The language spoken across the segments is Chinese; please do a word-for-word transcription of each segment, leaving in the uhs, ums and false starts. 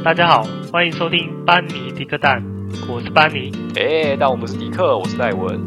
大家好，欢迎收听班尼迪克蛋，我是班尼。 哎、欸，但我不是迪克，我是戴文。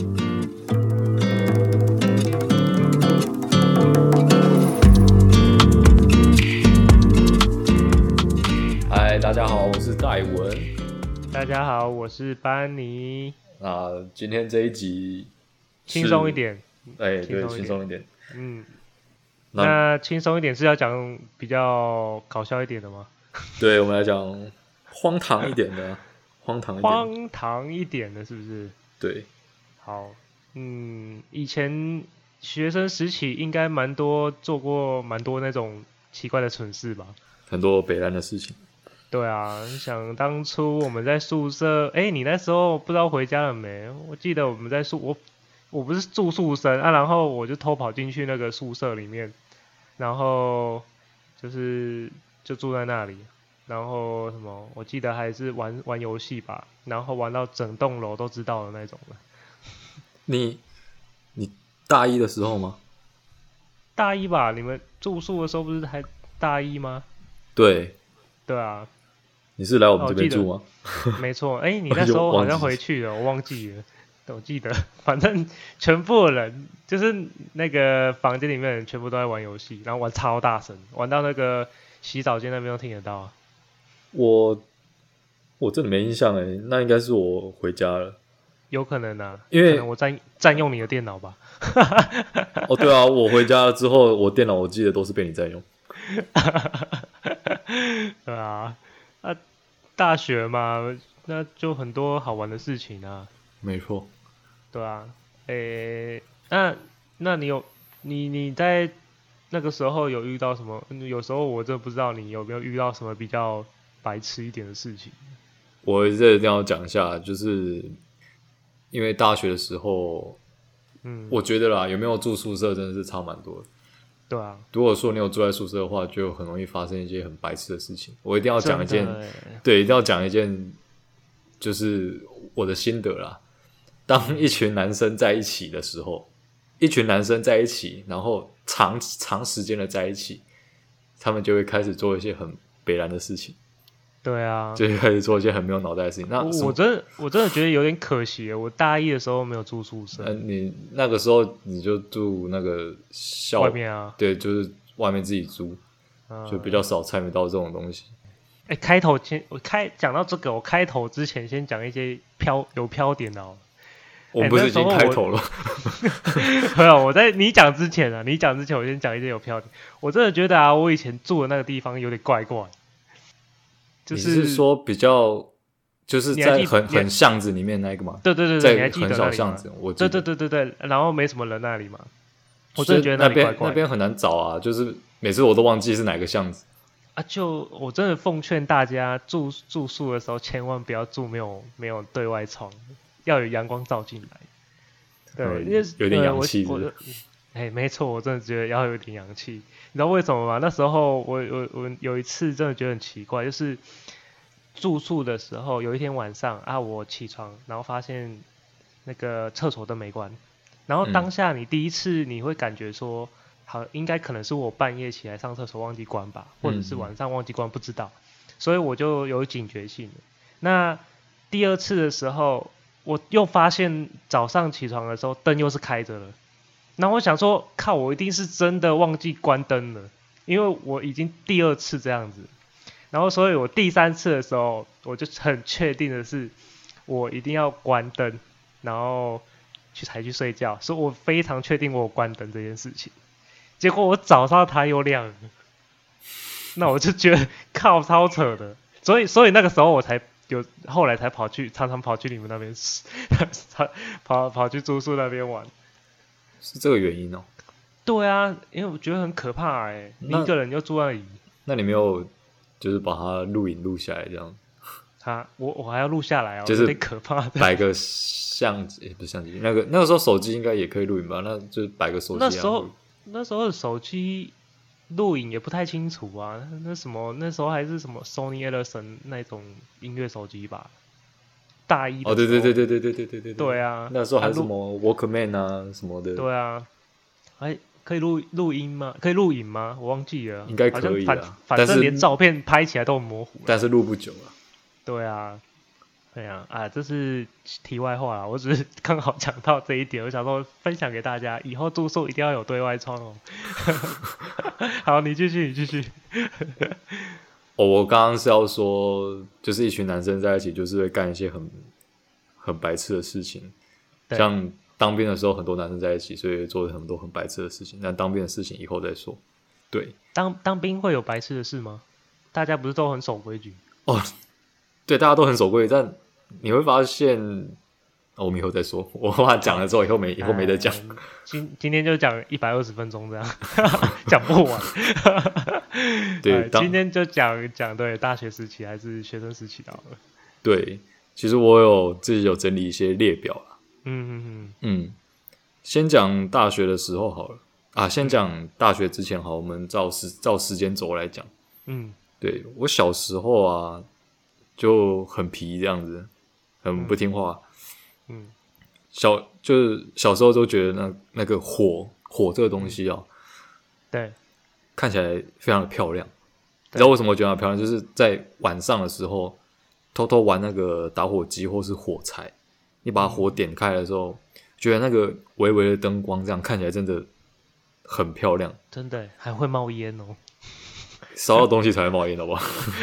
嗨，大家好，我是戴文。 大家好，我是班尼。 那今天这一集轻松一点， 哎、欸，对，轻松一点。 嗯，那轻松一点是要讲比较搞笑一点的吗？ 对，我们来讲荒唐一点的，荒唐一点， 荒唐一点的，是不是？ 对， 好，嗯，以前学生时期应该蛮多做过蛮多那种奇怪的蠢事吧？ 很多北烂的事情。 对啊，想当初我们在宿舍，哎，你那时候不知道回家了没？我记得我们在宿我我不是住宿生啊，然后我就偷跑进去那个宿舍里面，然后就是就住在那里。然后什么？我记得还是玩玩游戏吧，然后玩到整栋楼都知道的那种了。 你你大一的时候吗？ 大一吧，你们住宿的时候不是还大一吗？ 对， 对啊。 你是来我们这边住吗？ 哦、没错，哎，你那时候好像回去了，我忘记了。我记得，反正全部的人就是那个房间里面的人全部都在玩游戏，然后玩超大声，玩到那个洗澡间那边都听得到啊。 我我真的没印象哎，那应该是我回家了， 有可能啊， 因为可能我占占用你的电脑吧。 哦，对啊，我回家了之后，我电脑我记得都是被你占用。 对啊，啊，大学嘛，那就很多好玩的事情啊。 没错。 对啊，诶，那那你有你你在那个时候有遇到什么？有时候我真的不知道你有没有遇到什么比较白痴一点的事情。 我这一定要讲一下，就是因为大学的时候，嗯，我觉得啦，有没有住宿舍真的是差蛮多的。 对啊， 如果说你有住在宿舍的话，就很容易发生一些很白痴的事情。我一定要讲一件，对，一定要讲一件，就是我的心得啦。当一群男生在一起的时候，一群男生在一起，然后长长时间的在一起，他们就会开始做一些很北蓝的事情。 对啊， 就会开始做一些很没有脑袋的事情。那我真的我真的觉得有点可惜，我大一的时候没有住宿舍。 呃，你那个时候你就住那个校外面啊？ 对，就是外面自己租，嗯、就比较少参与到这种东西。 哎，开头先我开讲到这个，我开头之前先讲一些飘有飘点的哦。 我们不是已经开头了？ 没有，我在你讲之前啊，你讲之前我先讲一些有飘点。我真的觉得啊，我以前住的那个地方有点怪怪。就是、 你是说比较，就是在很很巷子里面那个吗？ 对对对对， 你还记得很小巷子，我对对对对对，然后没什么人那里嘛。我真的觉得那里怪怪的。 那边很难找啊，就是每次我都忘记是哪个巷子啊。就我真的奉劝大家住住宿的时候，千万不要住没有没有对外窗，要有阳光照进来。对， 嗯、 因为有点阳气。 我哎，没错，我真的觉得要有点阳气。你知道为什么吗？那时候我我我有一次真的觉得很奇怪，就是住宿的时候，有一天晚上啊，我起床，然后发现那个厕所灯没关，然后当下你第一次你会感觉说，好，应该可能是我半夜起来上厕所忘记关吧，或者是晚上忘记关，不知道，所以我就有警觉性了。那第二次的时候，我又发现早上起床的时候灯又是开着了。然后我想说，靠，我一定是真的忘记关灯了，因为我已经第二次这样子。然后，所以我第三次的时候，我就很确定的是，我一定要关灯，然后去才去睡觉。所以我非常确定我有关灯这件事情。结果我早上它又亮了，那我就觉得靠，超扯的。所以，所以那个时候我才有，后来才跑去，常常跑去你们那边，跑跑去住宿那边玩。 是这个原因哦。 对啊，因为我觉得很可怕哎、欸，你一个人就住那里。 那你没有就是把它录影录下来这样？ 他我我还要录下来哦， 就是有点可怕的。 摆个相机，欸、不是相机，那个那个时候手机应该也可以录影吧？那就摆个手机、啊。 那时候那时候的手机录影也不太清楚啊，那什么那时候还是什么 Sony Ericsson 那种音乐手机吧。大一的哦，对对对对对对对对对对啊， 那时候还是什么 Walkman 啊什么的。 对啊，哎， 可以录录音吗？可以录影吗？我忘记了， 应该可以反啊， 反正连照片拍起来都很模糊。 但是录不久了。 对啊，对啊，啊，这是题外话啦，我只是刚好讲到这一点，我想说分享给大家，以后住宿一定要有对外窗哦。好，你继续，你继续。 哦，我刚刚是要说，就是一群男生在一起，就是会干一些很很白痴的事情，像当兵的时候，很多男生在一起，所以做了很多很白痴的事情。但当兵的事情以后再说。对， 当当兵会有白痴的事吗？大家不是都很守规矩？ 哦，对，大家都很守规矩，但你会发现，哦、我们以后再说。我怕讲了之后，以后没以后没得讲。 今今天就讲一百二十分钟这样，讲不完。 对， 今天就讲讲对大学时期还是学生时期的好了。 对，其实我有自己有整理一些列表啦。 嗯嗯嗯嗯，先讲大学的时候好了啊，先讲大学之前好，我们照时照时间轴来讲。 嗯， 对，我小时候啊就很皮这样子，很不听话。 嗯， 小就是小时候都觉得那那个火火这个东西啊， 对， 看起来非常的漂亮。你知道为什么我觉得它漂亮？就是在晚上的时候偷偷玩那个打火机或是火柴，你把火点开的时候，觉得那个微微的灯光这样看起来真的很漂亮。 真的还会冒烟哦。 烧到东西才会冒烟，好不好？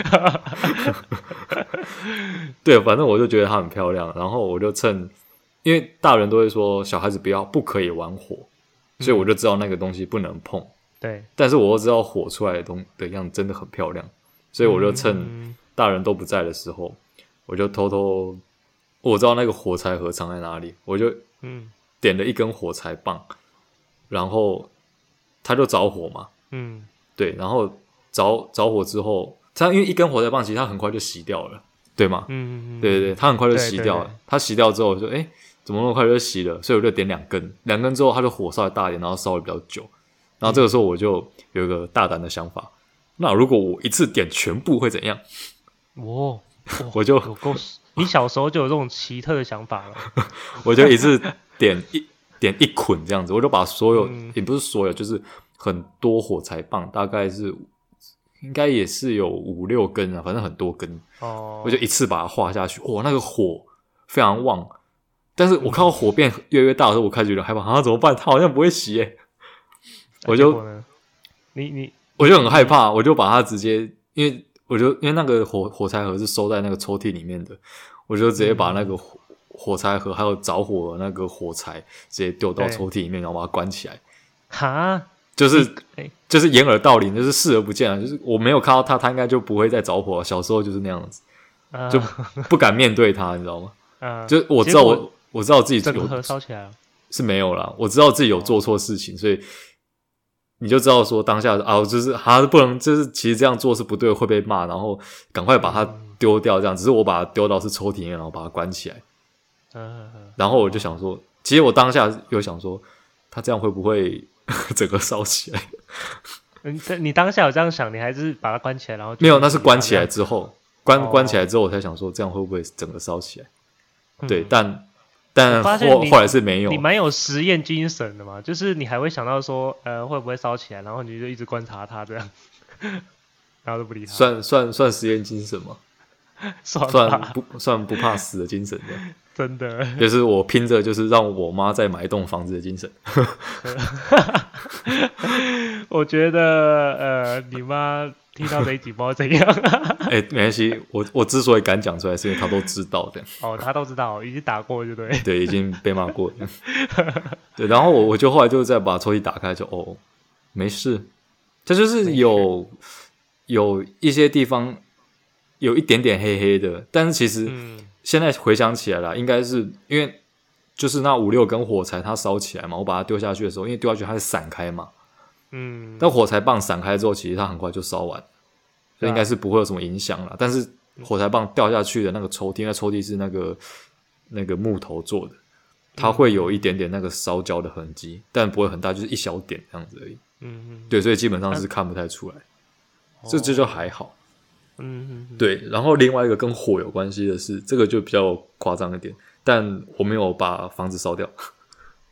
对，反正我就觉得它很漂亮，然后我就趁，因为大人都会说小孩子不要不可以玩火，所以我就知道那个东西不能碰。 对， 但是我又知道火出来的东的样子真的很漂亮，所以我就趁大人都不在的时候，我就偷偷我知道那个火柴盒藏在哪里，我就点了一根火柴棒，然后它就着火嘛。嗯，对，然后。着着火之后，它因为一根火柴棒，其实它很快就熄掉了，对吗？嗯嗯嗯，对对对，它很快就熄掉了。它熄掉之后，我就哎，怎么那么快就熄了？所以我就点两根，两根之后，它就火稍微大一点，然后烧的比较久。然后这个时候我就有一个大胆的想法，那如果我一次点全部会怎样？ 哦， 我就有够，你小时候就有这种奇特的想法了。 我就一次点一点一捆这样子，我就把所有、嗯、也不是所有，就是很多火柴棒，大概是。应该也是有五六根啊，反正很多根。哦，我就一次把它画下去，哇，那个火非常旺。但是我看到火变越来越大的时候，我开始觉得害怕，啊，怎么办？它好像不会熄耶。我就， 你你， 我就很害怕，我就把它直接，因为我就因为那个火火柴盒是收在那个抽屉里面的，我就直接把那个火、嗯、火柴盒还有着火的那个火柴直接丢到抽屉里面，然后把它关起来。 哈？ 就是就是掩耳盗铃，就是视而不见啊！就是我没有看到它，它应该就不会再着火。小时候就是那样子，呃、就不敢面对它，你知道吗？呃、就我知道我我知道自己整个盒烧起来了是没有啦，我知道自己有做错事情，哦、所以你就知道说当下啊，就是还是不能，就是其实这样做是不对，会被骂，然后赶快把它丢掉。这样，只是我把它丢到是抽屉里面，然后把它关起来。呃、然后我就想说，其实我当下有想说，他这样会不会？整个烧起来。 你你当下有这样想，你还是把它关起来，然后没有？那是关起来之后，关、哦、关起来之后，我才想说，这样会不会整个烧起来？嗯、对，但但后后来是没有。 你蛮有实验精神的嘛，就是你还会想到说，呃，会不会烧起来？然后你就一直观察它这样，然后都不理它。 算算算实验精神吗？ 算算不算不怕死的精神的？ 真的， 就是我拼着就是让我妈再买一栋房子的精神。 我觉得呃，你妈听到这一集不知道怎样。 哎、欸，没关系，我我之所以敢讲出来，是因为她都知道的。 哦，她都知道，已经打过，就对。 对，已经被骂过了。对，然后我我就后来就再把抽屉打开就，就哦，没事。这就是有有一些地方有一点点黑黑的，但是其实。嗯现在回想起来啦，应该是因为就是那五六根火柴它烧起来嘛，我把它丢下去的时候，因为丢下去它会散开嘛，嗯，但火柴棒散开之后，其实它很快就烧完，所以应该是不会有什么影响啦。但是火柴棒掉下去的那个抽屉，因为抽屉是那个那个木头做的，它会有一点点那个烧焦的痕迹，但不会很大，就是一小点这样子而已。嗯，对，所以基本上是看不太出来，啊、这这就还好。嗯，对，然后另外一个跟火有关系的是，这个就比较夸张一点，但我没有把房子烧掉。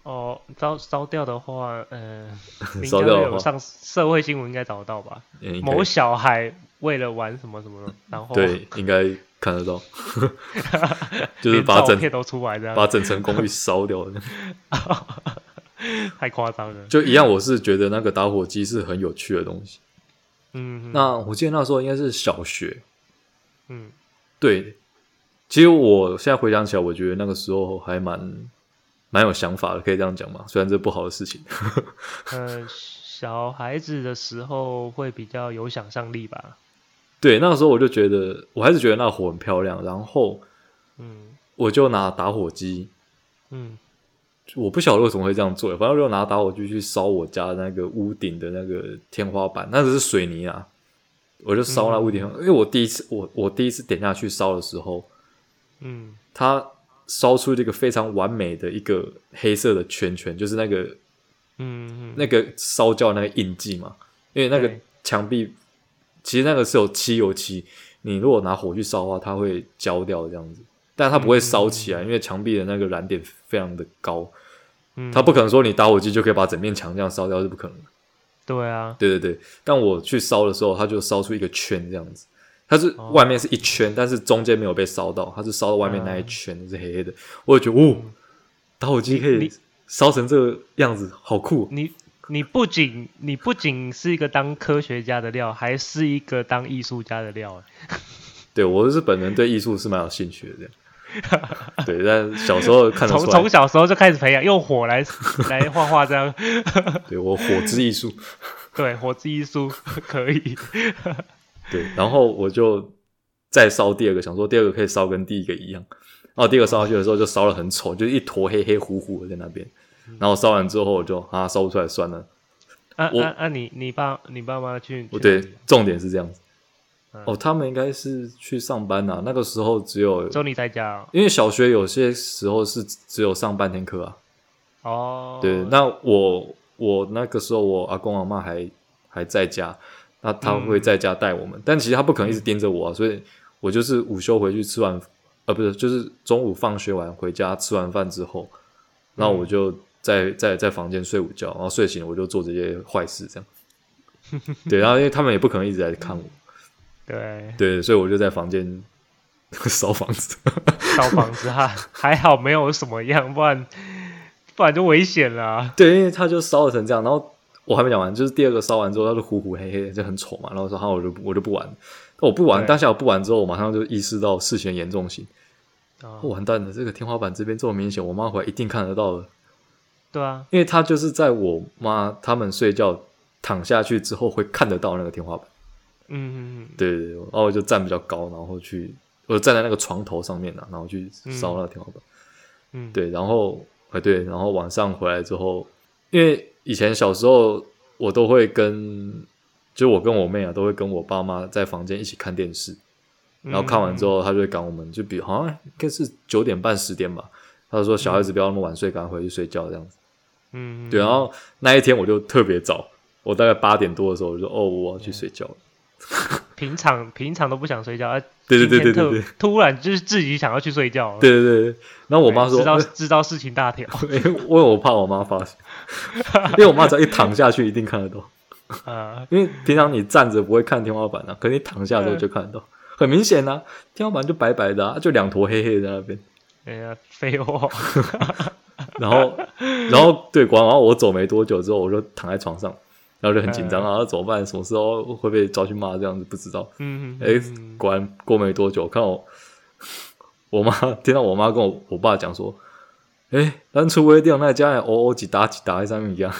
哦，烧烧掉的话，呃， 烧掉的话， 有上社会新闻应该找得到吧？某小孩为了玩什么什么，然后对，应该看得到，就是把整照片都出来这样， 把整层公寓烧掉的， 太夸张了。 就一样，我是觉得那个打火机是很有趣的东西。 嗯， 那我记得那时候应该是小学， 嗯， 对。其实我现在回想起来，我觉得那个时候还蛮蛮有想法的，可以这样讲嘛。虽然这不好的事情。 呃，小孩子的时候会比较有想象力吧。 对，那个时候我就觉得，我还是觉得那火很漂亮，然后， 嗯， 我就拿打火机， 嗯， 我不晓得为什么会这样做，反正我就拿打火机去烧我家那个屋顶的那个天花板，那只是水泥啊，我就烧那屋顶，嗯、因为我第一次我我第一次点下去烧的时候。 嗯， 它烧出这个非常完美的一个黑色的圈圈，就是那个， 嗯嗯， 那个烧焦那个印记嘛。因为那个墙壁其实那个是有漆油漆，你如果拿火去烧的话，它会焦掉这样子，但它不会烧起来，嗯、因为墙壁的那个燃点非常的高，嗯、它不可能说你打火机就可以把整面墙这样烧掉，是不可能的。 对啊， 对对对，但我去烧的时候，它就烧出一个圈这样子。它是外面是一圈，哦、但是中间没有被烧到，它是烧到外面那一圈、嗯、是黑黑的。我就觉得，哦，打火机可以烧成这个样子，好酷！ 你你不仅你不仅是一个当科学家的料，还是一个当艺术家的料。 对，我是本人对艺术是蛮有兴趣的，这样。对，但小时候看得出来， 从从小时候就开始培养，用火来来画画这样。 对，我火之艺术， 对，火之艺术可以。 对，然后我就再烧第二个，想说第二个可以烧跟第一个一样。然后第二个烧下去的时候就烧得很丑，就是一坨黑黑糊糊的在那边。然后烧完之后我就啊烧不出来算了。 啊啊啊！你你爸你爸妈去？去对，重点是这样子。 嗯、 哦，他们应该是去上班啊。那个时候只有只有你在家、哦， 因为小学有些时候是只有上半天课啊。 哦， 对，那我我那个时候我阿公阿嬷还还在家。那他会在家带我们、嗯，但其实他不可能一直盯着我啊，所以我就是午休回去吃完，呃，不是，就是中午放学完回家吃完饭之后，然后我就在在在房间睡午觉，然后睡醒了我就做这些坏事，这样。对，然后因为他们也不可能一直在看我， 对对，所以我就在房间烧房子， 烧房子哈，还好没有什么样，不然不然就危险了、啊。 对，因为他就烧了成这样，然后。我还没讲完，就是第二个烧完之后，它就糊糊黑黑的，就很丑嘛。然后说好，我就我就不玩。我不玩，当下我不玩之后，我马上就意识到事情的严重性。哦，完蛋了，这个天花板这边这么明显，我妈回来一定看得到的。 对啊， 因为她就是在我妈他们睡觉躺下去之后会看得到那个天花板。 嗯嗯嗯， 对对对，然后我就站比较高，然后去我就站在那个床头上面、啊、然后去烧那个天花板。嗯，对，然后哎对，然后晚上回来之后，因为以前小时候我都会跟，就我跟我妹啊，都会跟我爸妈在房间一起看电视，然后看完之后，他就会赶我们，就比好像应该是九点半十点吧，他就说小孩子不要那么晚睡，赶快回去睡觉这样子。嗯，对，然后那一天我就特别早，我大概八点多的时候我就说哦我要去睡觉了。 平常平常都不想睡觉，啊、 对对对对对对， 突然就是自己想要去睡觉了。 对对对，然后我妈说知道知道事情大条， 因为我怕我妈发现，因为我妈只要一躺下去一定看得到。啊，因为平常你站着不会看天花板啊，可是你躺下之后就看得到，很明显啊，天花板就白白的啊，就两坨黑黑的在那边。 哎呀，废话。 然后，然后对，然后我走没多久之后，我就躺在床上。然后就很紧张啊，怎么办？什么时候会被抓去骂？这样子不知道。嗯嗯。哎，果然过没多久，看我我妈听到我妈跟我我爸讲说：“哎，咱厝尾顶那家乌乌一打一打在上面一样。”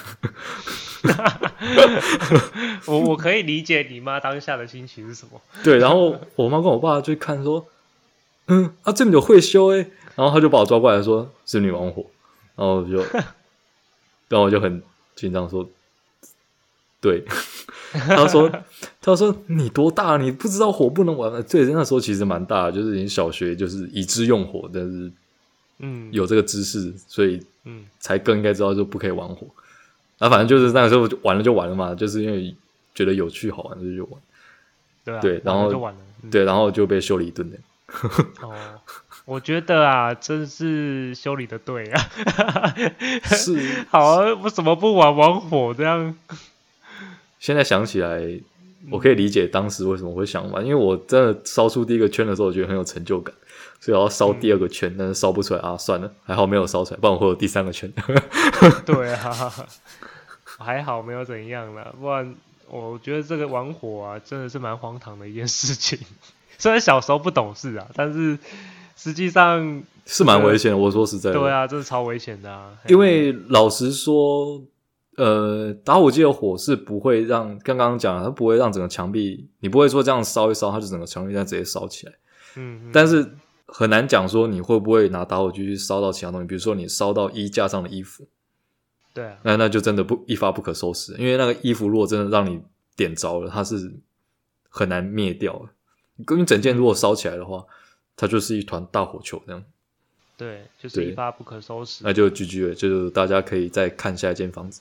我我可以理解你妈当下的心情是什么。 对，然后我妈跟我爸就看说：“嗯啊，这么有会修哎。”然后他就把我抓过来说：“是女王火。”然后我就，然后我就很紧张说。对，他说：“他说你多大？你不知道火不能玩吗？”对，那时候其实蛮大的，就是已经小学，就是已知用火，但是嗯，有这个知识，所以嗯，才更应该知道就不可以玩火。啊，反正就是那个时候玩了就玩了嘛，就是因为觉得有趣好玩，就就玩。 对啊， 对，然后就玩了、嗯， 对，然后就被修了一顿的。 哦， 我觉得啊，真是修理的对啊， 是， 好啊，为什么不玩玩火这样？ 现在想起来，我可以理解当时为什么会想玩，因为我真的烧出第一个圈的时候，我觉得很有成就感，所以我要烧第二个圈，嗯、但是烧不出来啊，算了，还好没有烧出来，不然我会有第三个圈。 对啊，还好没有怎样啦，不然我觉得这个玩火啊，真的是蛮荒唐的一件事情。虽然小时候不懂事啊，但是实际上是蛮危险的。我说实在的， 对啊，这是超危险的啊。 因为老实说，呃，打火机的火是不会让刚刚讲，它不会让整个墙壁，你不会说这样烧一烧，它就整个墙壁再直接烧起来。嗯, 嗯，但是很难讲说你会不会拿打火机去烧到其他东西，比如说你烧到衣架上的衣服， 对啊， 那那就真的不一发不可收拾，因为那个衣服如果真的让你点着了，它是很难灭掉的。你整件如果烧起来的话，它就是一团大火球这样。 对，就是一发不可收拾。 那就 G G 了，就是大家可以再看下一间房子。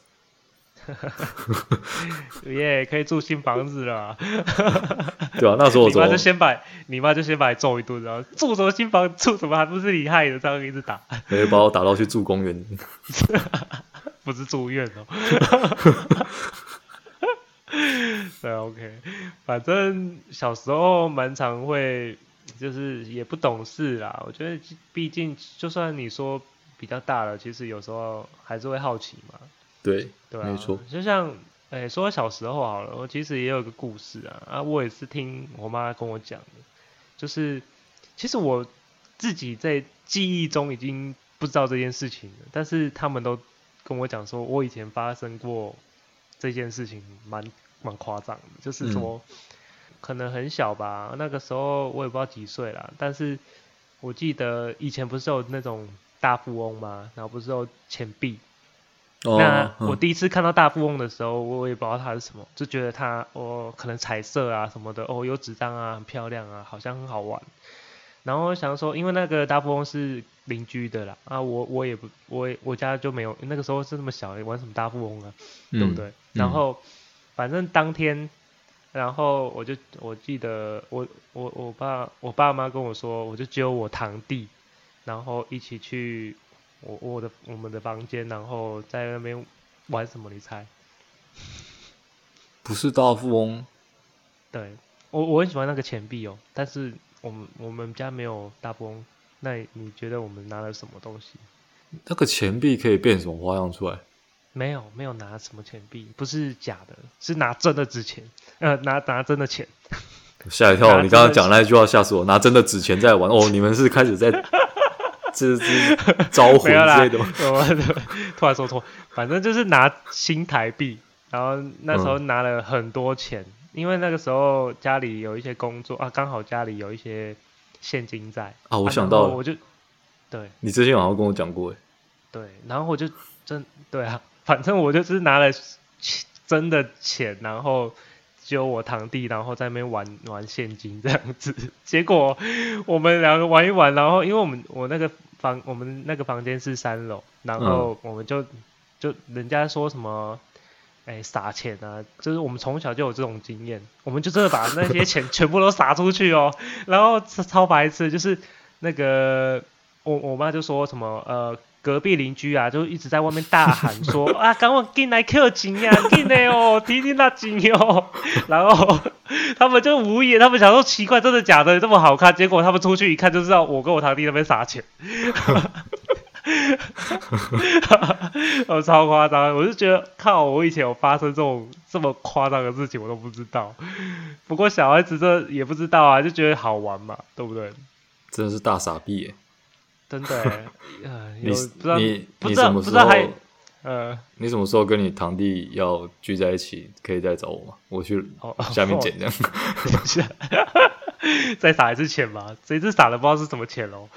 耶， yeah, 可以住新房子了。 对啊，那时候我你妈就先把你妈就先把你揍一顿，然后住什么新房，住什么还不是你害的，这样一直打。 可以把我打到去住公园。 不是住院哦。对 ，OK， 反正小时候蛮常会，就是也不懂事啦。我觉得，毕竟就算你说比较大了，其实有时候还是会好奇嘛。 对， 对啊， 没错。 就像，哎，说小时候好了，我其实也有一个故事啊。啊，我也是听我妈跟我讲的，就是其实我自己在记忆中已经不知道这件事情了，但是他们都跟我讲说，我以前发生过这件事情，蛮。蛮夸张的，就是说、嗯、可能很小吧，那个时候我也不知道几岁啦，但是我记得以前不是有那种大富翁吗？然后不是有钱币、哦、那我第一次看到大富翁的时候，我也不知道它是什么，就觉得它哦可能彩色啊什么的，哦有纸张啊很漂亮啊，好像很好玩。然后想说，因为那个大富翁是邻居的啦，啊我我也不我也我家就没有，那个时候是那么小，玩什么大富翁啊，嗯、对不对？然后。嗯反正当天，然后我就我记得我我我爸我爸妈跟我说，我就揪我堂弟，然后一起去我我的我们的房间，然后在那边玩什么？你猜？ 不是大富翁。 对，我我很喜欢那个钱币哦，但是我们我们家没有大富翁。那你觉得我们拿了什么东西？ 那个钱币可以变什么花样出来？ 没有，没有拿什么钱币，不是假的，是拿真的纸钱，呃，拿拿真的钱。 吓一跳！你刚刚讲那句话吓死我，拿真的纸钱在玩哦，你们是开始在这这招魂之类的吗？ 突然说错，反正就是拿新台币，然后那时候拿了很多钱，嗯、因为那个时候家里有一些工作啊，刚好家里有一些现金在啊，我想到了， 我就对， 你之前好像跟我讲过， 对，然后我就真对啊。反正我就是拿了真的钱，然后揪我堂弟，然后在那边玩玩现金这样子。结果我们两个玩一玩，然后因为我们我那个房我们那个房间是三楼，然后我们就、嗯、就人家说什么，哎撒钱啊，就是我们从小就有这种经验，我们就真的把那些钱全部都撒出去哦。然后超白痴，就是那个我我妈就说什么呃。隔壁邻居啊，就一直在外面大喊说啊，赶快进来扣钱呀，进来哦，提你那钱哦。然后他们就无言，他们想说奇怪，真的假的这么好看？结果他们出去一看，就知道我跟我堂弟那边撒钱。我超夸张，我就觉得靠，我以前有发生这种这么夸张的事情，我都不知道。不过小孩子这也不知道啊，就觉得好玩嘛，对不对？ 真的是大傻逼耶！ 真的、欸，呃， 你不知道你不知道你什么时候不知道还呃， 你什么时候跟你堂弟要聚在一起，可以再找我吗？我去下面捡这样。 哦、再撒一次钱吧，这一次撒的不知道是什么钱哦。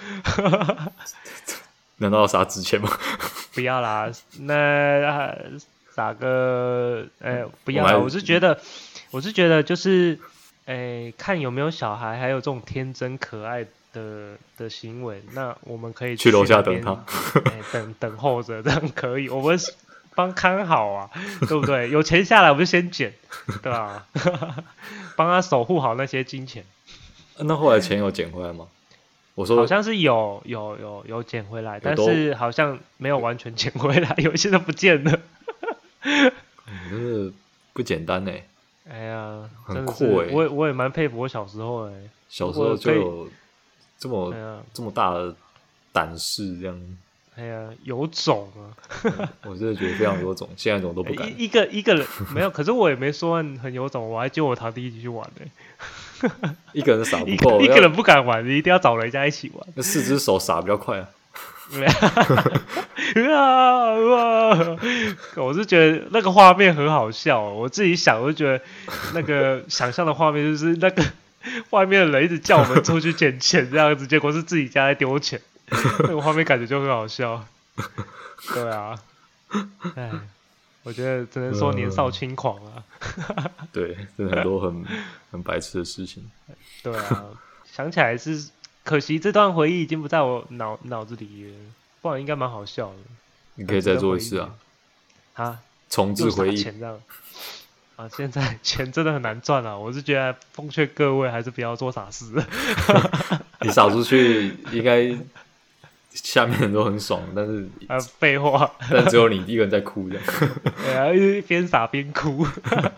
难道要撒纸钱吗？ 不要啦，那撒个呃不要啦，我是觉得我是觉得就是诶看有没有小孩还有这种天真可爱的的行为，那我们可以去楼下等他， 欸、等等候着，这样可以，我们帮看好啊，对不对？有钱下来我们就先捡，对吧、啊？帮他守护好那些金钱。 那后来钱有捡回来吗？ 我说好像是有有有有捡回来，但是好像没有完全捡回来，有一些都不见了。 嗯、真的不简单哎。 哎呀， 很酷哎！ 我也我也蛮佩服我小时候哎， 小时候就有这么、哎、这么大的胆识，这样。 哎呀，有种啊！ 我真的觉得非常有种，现在怎么都不敢。 一个一个人没有，可是我也没说很有种，我还揪我堂弟一起去玩呢。 一个人傻不够， 一个人不敢玩，你一定要找人家一起玩。 那四只手傻比较快啊！ 我是觉得那个画面很好笑、哦，我自己想，我就觉得那个想象的画面就是那个外面的人一直叫我们出去捡钱这样子，结果是自己家在丢钱，那个画面感觉就很好笑。对啊，哎，我觉得只能说年少轻狂啊。 对，真的很多很很白痴的事情。 对啊，想起来是。可惜这段回忆已经不在我脑脑子里了，不然应该蛮好笑的。 你可以再做一次啊！ 啊， 重置回忆。 钱这样啊，现在钱真的很难赚啊！我是觉得奉劝各位还是不要做傻事。 你撒出去，应该下面人都很爽，但是啊，废话， 但只有你一个人在哭这样。 对啊，一边撒边哭。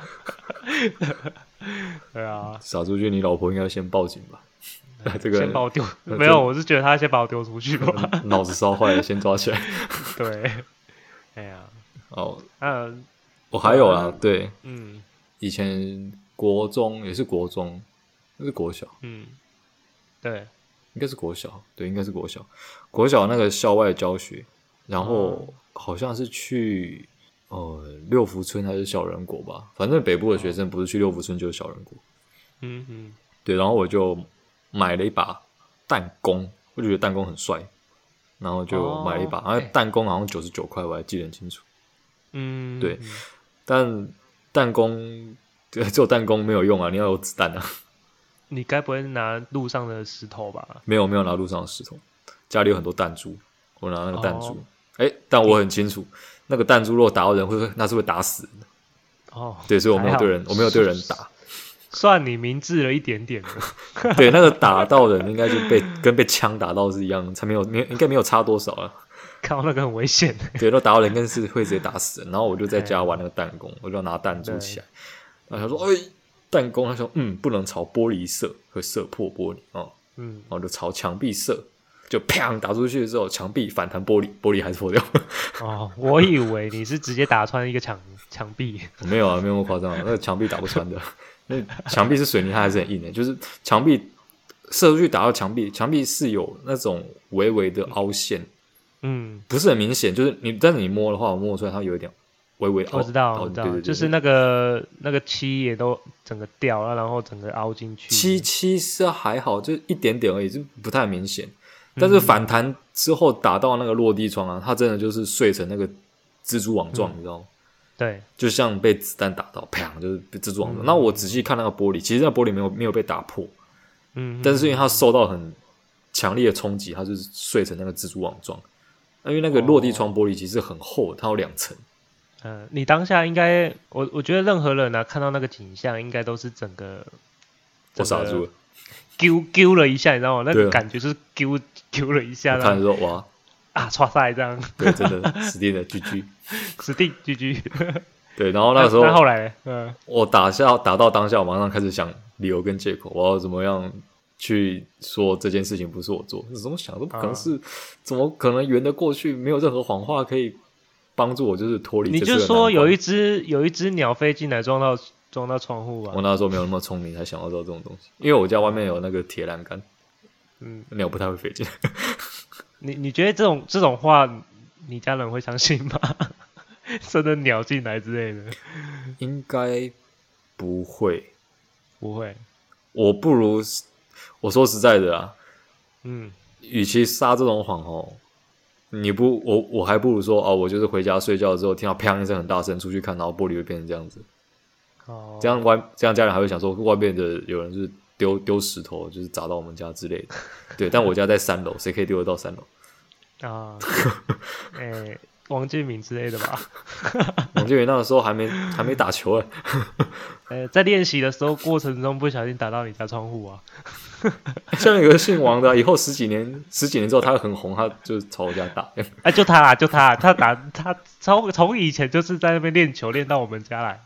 对啊， 撒出去，你老婆应该先报警吧？这个先把我丢，没有，我是觉得他先把我丢出去吧。 脑子烧坏了，先抓起来。 对，哎呀， 哦， 嗯， 我还有啦，对， 嗯， 以前国中也是国中，那是国小， 嗯，对， 应该是国小，对，应该是国小，国小那个校外教学，然后好像是去呃六福村还是小人国吧，反正北部的学生不是去六福村就是小人国， 嗯嗯， 对，然后我就买了一把弹弓，我就觉得弹弓很帅，然后就买了一把，然后弹弓好像九十九块，我还记得很清楚。 嗯， 对，但弹弓只有弹弓没有用啊，你要有子弹啊。 你该不会拿路上的石头吧？ 没有，没有拿路上的石头，家里有很多弹珠，我拿那个弹珠。哎、哦，但我很清楚，那个弹珠如果打到人会，那是会打死人的。哦，对，所以我没有对人，我没有对人打。 算你明智了一点点的。 对，那个打到人应该就被跟被枪打到是一样，才没有没有应该没有差多少啊。 靠，那个很危险。 对，那打到人更是会直接打死人。然后我就在家玩那个弹弓，我就拿弹珠起来。然后他说：“哎、欸，弹弓。”他说：“嗯，不能朝玻璃射，会射破玻璃哦。”嗯，然后就朝墙壁射，就砰打出去之后，墙壁反弹玻璃，玻璃还是破掉。 哦，我以为你是直接打穿一个墙墙壁。 没有啊，没有那么夸张啊，那个墙壁打不穿的。那墙壁是水泥，它还是很硬的。就是墙壁射出去打到墙壁，墙壁是有那种微微的凹陷，嗯，不是很明显。就是你，但是你摸的话，我摸出来它有一点微微的凹。 我知道，我知道，对对对，就是那个那个漆也都整个掉了，然后整个凹进去。 漆漆是还好，就一点点而已，就不太明显。但是反弹之后打到那个落地窗啊，它真的就是碎成那个蜘蛛网状，嗯、你知道吗？ 对， 就像被子弹打到，砰，就是被蜘蛛网状。那、嗯、我仔细看那个玻璃，其实那个玻璃没有没有被打破，嗯，但是因为它受到很强烈的冲击，它就是碎成那个蜘蛛网状。因为那个落地窗玻璃其实很厚，它有两层。 嗯、呃，你当下应该，我我觉得任何人啊，看到那个景象，应该都是整个， 我傻住了， 揪揪了一下，你知道吗？那个感觉就是揪揪了一下。 我看的时候，哇啊，唰赛这样， 对，真的死定了 ，G G， 死定 G G。 对，然后那个时候， 那后来，嗯， 我打下打到当下，我马上开始想理由跟借口，我要怎么样去说这件事情不是我做，怎么想都不可能是，啊、怎么可能圆得过去？没有任何谎话可以帮助我，就是脱离。 你就说有一只有一只鸟飞进来撞到撞到窗户吧。 我那时候没有那么聪明，才想到到这种东西，因为我家外面有那个铁栏杆，嗯，鸟不太会飞进来。 你你觉得这种这种话，你家人会相信吗？真的鸟进来之类的， 应该不会， 不会。 我不如我说实在的啦， 嗯， 与其撒这种谎哦，你不我我还不如说哦，我就是回家睡觉之后听到砰一声很大声，出去看，然后玻璃会变成这样子。哦，这样外这样家人还会想说外面的有人就是丢丢石头，就是砸到我们家之类的。对，但我家在三楼，谁可以丢得到三楼？ 啊，欸王建民之类的吧？ 王建民那个时候还没还没打球哎。 呃，在练习的时候过程中不小心打到你家窗户啊。 下面有个姓王的、啊，以后十几年十几年之后他会很红，他就朝我家打。 哎、啊，就他啦，就他，他打他从从以前就是在那边练球，练到我们家来，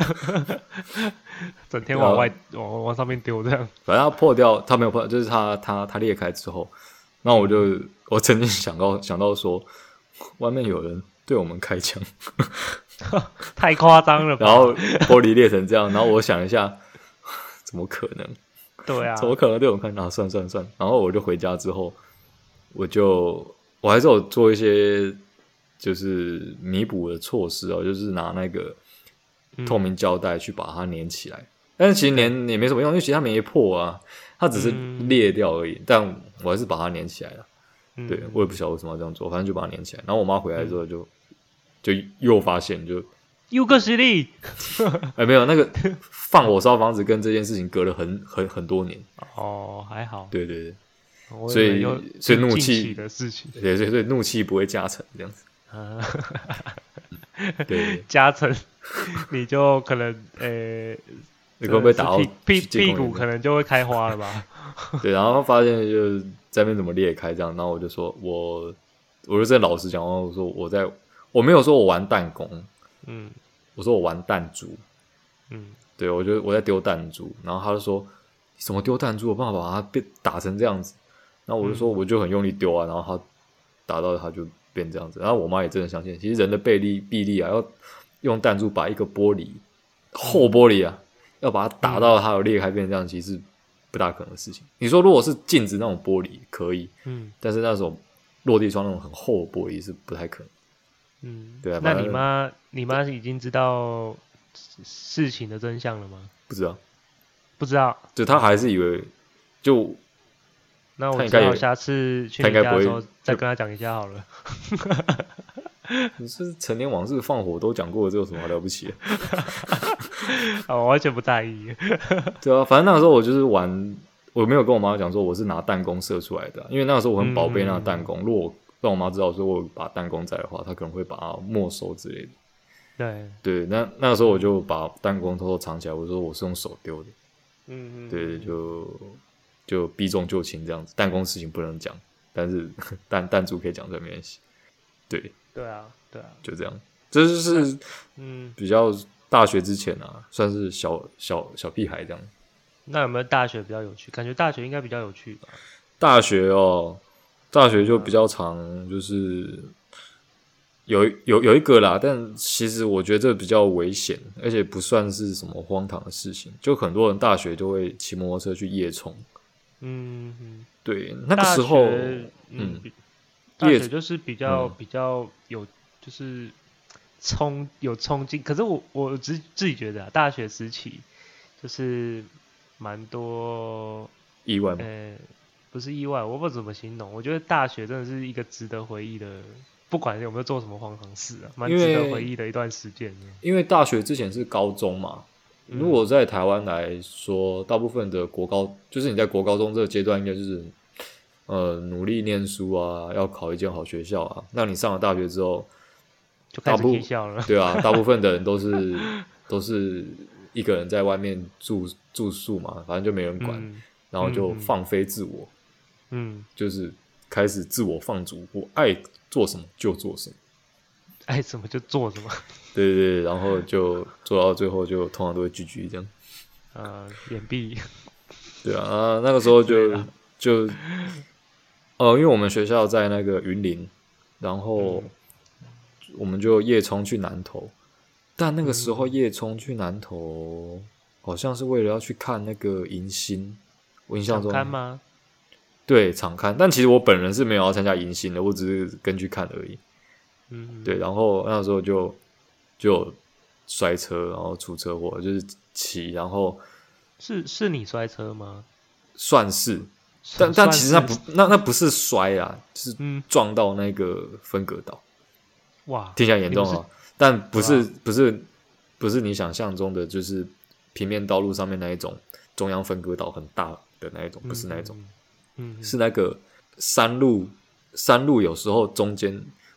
整天往外往往上面丢这样。 反正他破掉，他没有破，就是他他他裂开之后，那我就我曾经想到想到说，外面有人对我们开枪， 太夸张了吧？ 然后玻璃裂成这样，然后我想一下，怎么可能？ 对啊， 怎么可能对我们看？啊，算算算。然后我就回家之后，我就我还是有做一些就是弥补的措施哦，就是拿那个透明胶带去把它粘起来。嗯、但是其实粘也没什么用，因为其实它没破啊，它只是裂掉而已。嗯、但我还是把它粘起来了。嗯、对，我也不晓得为什么要这样做，反正就把它粘起来。然后我妈回来之后就、嗯、就又发现就。 又个实力， 哎，没有那个放火烧房子跟这件事情隔了很很很多年哦，还好， 对对对，所以所以怒气的事情， 对对对，怒气不会加成这样子，啊、对， 加成你就可能呃， 你会不会打到屁屁股可能就会开花了吧？ 对，然后发现就在那边怎么裂开这样，然后我就说我我就在老实讲，我说我在我没有说我玩弹弓。嗯，我说我玩弹珠，嗯，对我就我在丢弹珠，然后他就说你怎么丢弹珠，有办法把它变打成这样子？然后我就说我就很用力丢啊，然后他打到他就变这样子。然后我妈也真的相信，其实人的臂力臂力啊，要用弹珠把一个玻璃厚玻璃啊，要把它打到它有裂开变成这样，其实不大可能的事情。你说如果是镜子那种玻璃可以，嗯，但是那种落地窗那种很厚的玻璃是不太可能。 嗯，对啊。那你妈，你妈已经知道事情的真相了吗？ 不知道， 不知道。 就她还是以为，就那我只好下次去你家的时候再跟她讲一下好了。 你是成年往事放火都讲过，这有什么好了不起的？ 我完全不在意。 对啊，反正那个时候我就是玩，我没有跟我妈讲说我是拿弹弓射出来的、啊，因为那个时候我很宝贝那个弹弓，如果让我妈知道说我把弹弓在的话，她可能会把它没收之类的。 对对，那那个时候我就把弹弓偷偷藏起来，我说我是用手丢的。嗯嗯，对，就就避重就轻这样子。弹弓事情不能讲，但是弹弹珠可以讲，这没关系。对对啊对啊， 就这样。这就是嗯比较大学之前啊，算是小小小屁孩这样。 那有没有大学比较有趣？感觉大学应该比较有趣吧？ 大学哦。大学就比较长，就是有有有一个啦，但其实我觉得这比较危险，而且不算是什么荒唐的事情。就很多人大学就会骑摩托车去夜冲，嗯嗯，对，那个时候，嗯， 嗯大学就是比较、嗯、比较有就是冲有冲劲，可是我我自自己觉得、啊，大学时期就是蛮多意外吗？ 呃不是意外，我不知道怎么形容。我觉得大学真的是一个值得回忆的，不管有没有做什么荒唐事啊，蛮值得回忆的一段时间。 因为大学之前是高中嘛，嗯、如果在台湾来说，大部分的国高，就是你在国高中这个阶段，应该就是呃努力念书啊，要考一间好学校啊。那你上了大学之后， 就开始踢校了。 对啊，大部分的人都是都是一个人在外面住住宿嘛，反正就没人管，嗯、然后就放飞自我。嗯，就是开始自我放逐，我爱做什么就做什么， 爱什么就做什么。 对对对，然后就做到最后就通常都会 G G 这样。 呃，眼闭。 对啊，啊那个时候就就，呃，因为我们学校在那个云林，然后我们就夜冲去南投，但那个时候夜冲去南投，好像是为了要去看那个迎新，我印象中。 想看吗？ 对，场刊，但其实我本人是没有要参加迎新的，我只是跟去看而已。嗯，对，然后那时候就就摔车，然后出车祸，就是骑，然后是是你摔车吗？ 算是，但但其实那不那那不是摔啊，就是撞到那个分隔岛。 哇， 听起来严重啊，但不是不是不是你想象中的，就是平面道路上面那一种中央分隔岛很大的那一种，不是那一种。嗯，是那个山路，山路有时候中间，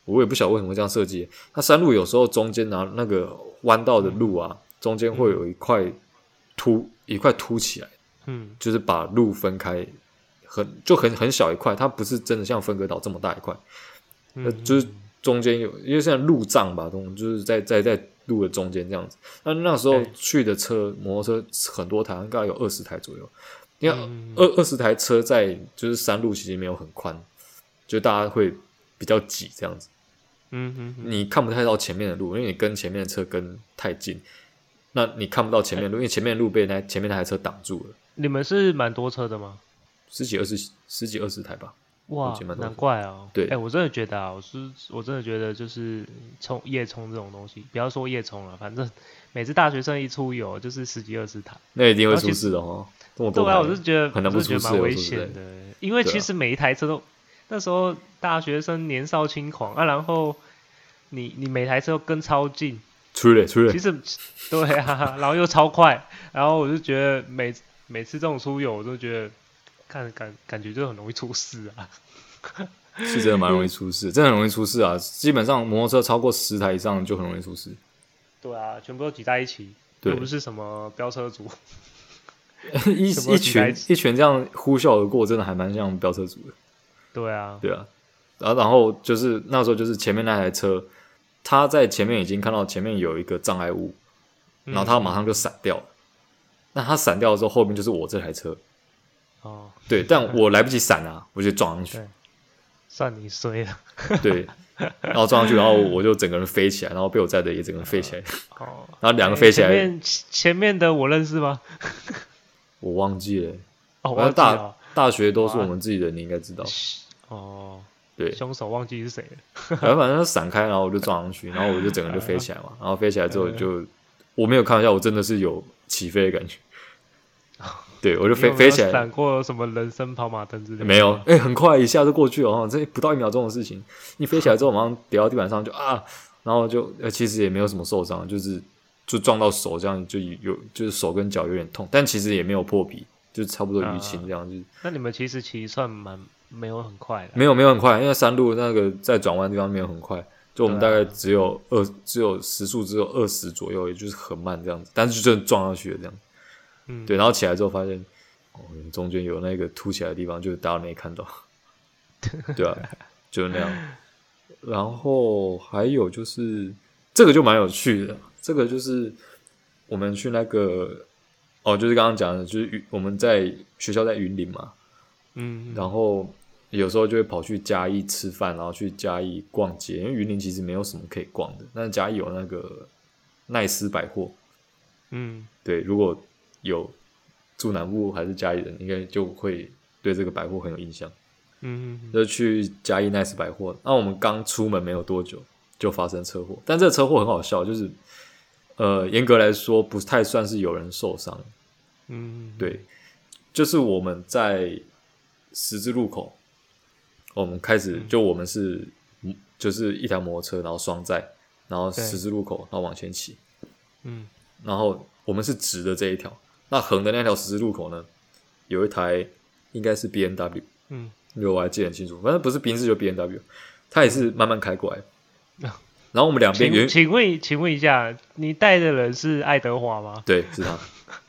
我也不晓得为什么会这样设计。它山路有时候中间啊那个弯道的路啊，中间会有一块凸一块凸起来，嗯，就是把路分开，很就很很小一块，它不是真的像分隔岛这么大一块，嗯，就是中间有，因为像路障吧，就是在在在路的中间这样子。那那时候去的车，摩托车很多台，应该有二十台左右。因为二二十台车在就是山路其实没有很宽，就大家会比较挤这样子。嗯嗯，你看不太到前面的路，因为你跟前面的车跟太近，那你看不到前面的路，因为前面的路被那前面那台车挡住了。 你们是蛮多车的吗？ 十几二十十几二十台吧。 哇，难怪啊！ 对， 哎、欸，我真的觉得啊，我是我真的觉得就是冲夜冲这种东西，不要说夜冲了，反正每次大学生一出游就是十几二十台， 那一定会出事的哦。 对啊，我是觉得很难不出事， 蛮危险的，因为其实每一台车都、啊、那时候大学生年少轻狂啊，然后你你每台车都跟超近， 吹嘞吹嘞， 其实对啊，然后又超快，然后我就觉得每每次这种出游，我都觉得。看感感觉就很容易出事啊， 是真的蛮容易出事，真的很容易出事啊！基本上摩托车超过十台以上就很容易出事。 对啊，全部都挤在一起，又不是什么飙车族， 一一群一群这样呼啸而过，真的还蛮像飙车族的。 对啊， 对啊，然后然后就是那时候就是前面那台车，他在前面已经看到前面有一个障碍物，然后他马上就闪掉了。嗯、那他闪掉的时候，后面就是我这台车。哦，对，但我来不及闪啊，我就撞上去。 算你衰了。 对，然后撞上去，然后我就整个人飞起来，然后被我载的也整个人飞起来。哦，然后两个飞起来。 前面前面的我认识吗？ 我忘记了。 哦， 反正大大学都是我们自己人，你应该知道。 哦， 对， 凶手忘记是谁了。 然后反正闪开，然后我就撞上去，然后我就整个人就飞起来嘛。然后飞起来之后就，我没有开玩笑，我真的是有起飞的感觉。对，我就飞飞起来。 闪过什么人生跑马灯之类的？ 没有，哎、欸，很快一下就过去了哦，这不到一秒钟的事情。你飞起来之后，马上跌到地板上就啊，然后就呃，其实也没有什么受伤，就是就撞到手这样，就有就是手跟脚有点痛，但其实也没有破皮，就差不多淤青这样。就是、 啊、那你们其实骑算蛮没有很快的， 没有没有很快，因为山路那个在转弯的地方没有很快，就我们大概只有二、啊、只有时速只有二十左右，也就是很慢这样子，但是就真的撞上去了这样。嗯，对，然后起来之后发现，哦，中间有那个凸起来的地方，就是大家没看到，对啊，就是那样。然后还有就是这个就蛮有趣的，这个就是我们去那个哦，就是刚刚讲的，就是我们在学校在云林嘛，嗯，然后有时候就会跑去嘉义吃饭，然后去嘉义逛街，因为云林其实没有什么可以逛的，但是嘉义有那个奈斯百货，嗯，对，如果有住南部还是嘉义人，应该就会对这个百货很有印象。嗯，就去嘉义奈斯百货，那我们刚出门没有多久就发生车祸，但这个车祸很好笑，就是呃，严格来说不太算是有人受伤。嗯，对，就是我们在十字路口，我们开始就我们是就是一条摩托车，然后双载，然后十字路口，然后往前骑。嗯，然后我们是直的这一条，那横的那条十字路口呢，有一台应该是 B M W。嗯。因为我还记得很清楚，反正不是宾士就 B M W， 他也是慢慢开过来。然后我们两边请请问请问一下，你带的人是爱德华吗？ 对，是他。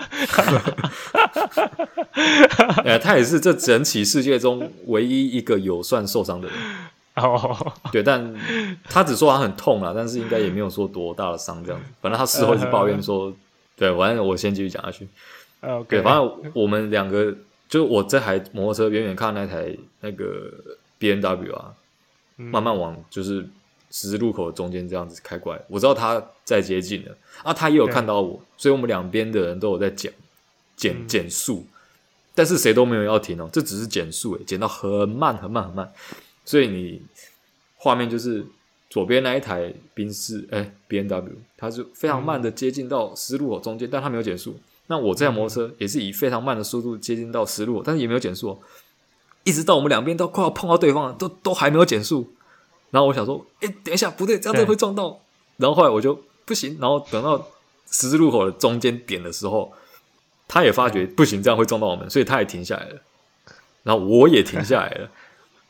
呃，他也是这整起事件中唯一一个有算受伤的人。哦，对，但他只说他很痛啦，但是应该也没有说多大的伤这样子。反正他事后一直抱怨说，对，反正我先继续讲下去。Okay. 对，反正我们两个。就我这台摩托车远远看那台那个 B M W 啊，嗯、慢慢往就是十字路口的中间这样子开过来，我知道他在接近了啊，他也有看到我，所以我们两边的人都有在减减减速，但是谁都没有要停哦，这只是减速诶，减到很慢很慢很慢，所以你画面就是左边那一台宾士哎 B M W， 它是非常慢的接近到十字路口中间，但它没有减速。那我这台摩托车也是以非常慢的速度接近到十路，但是也没有减速哦，一直到我们两边都快要碰到对方了，都都还没有减速。然后我想说，哎，等一下，不对，这样子会撞到。然后后来我就不行，然后等到十字路口的中间点的时候，他也发觉不行，这样会撞到我们，所以他也停下来了。然后我也停下来了。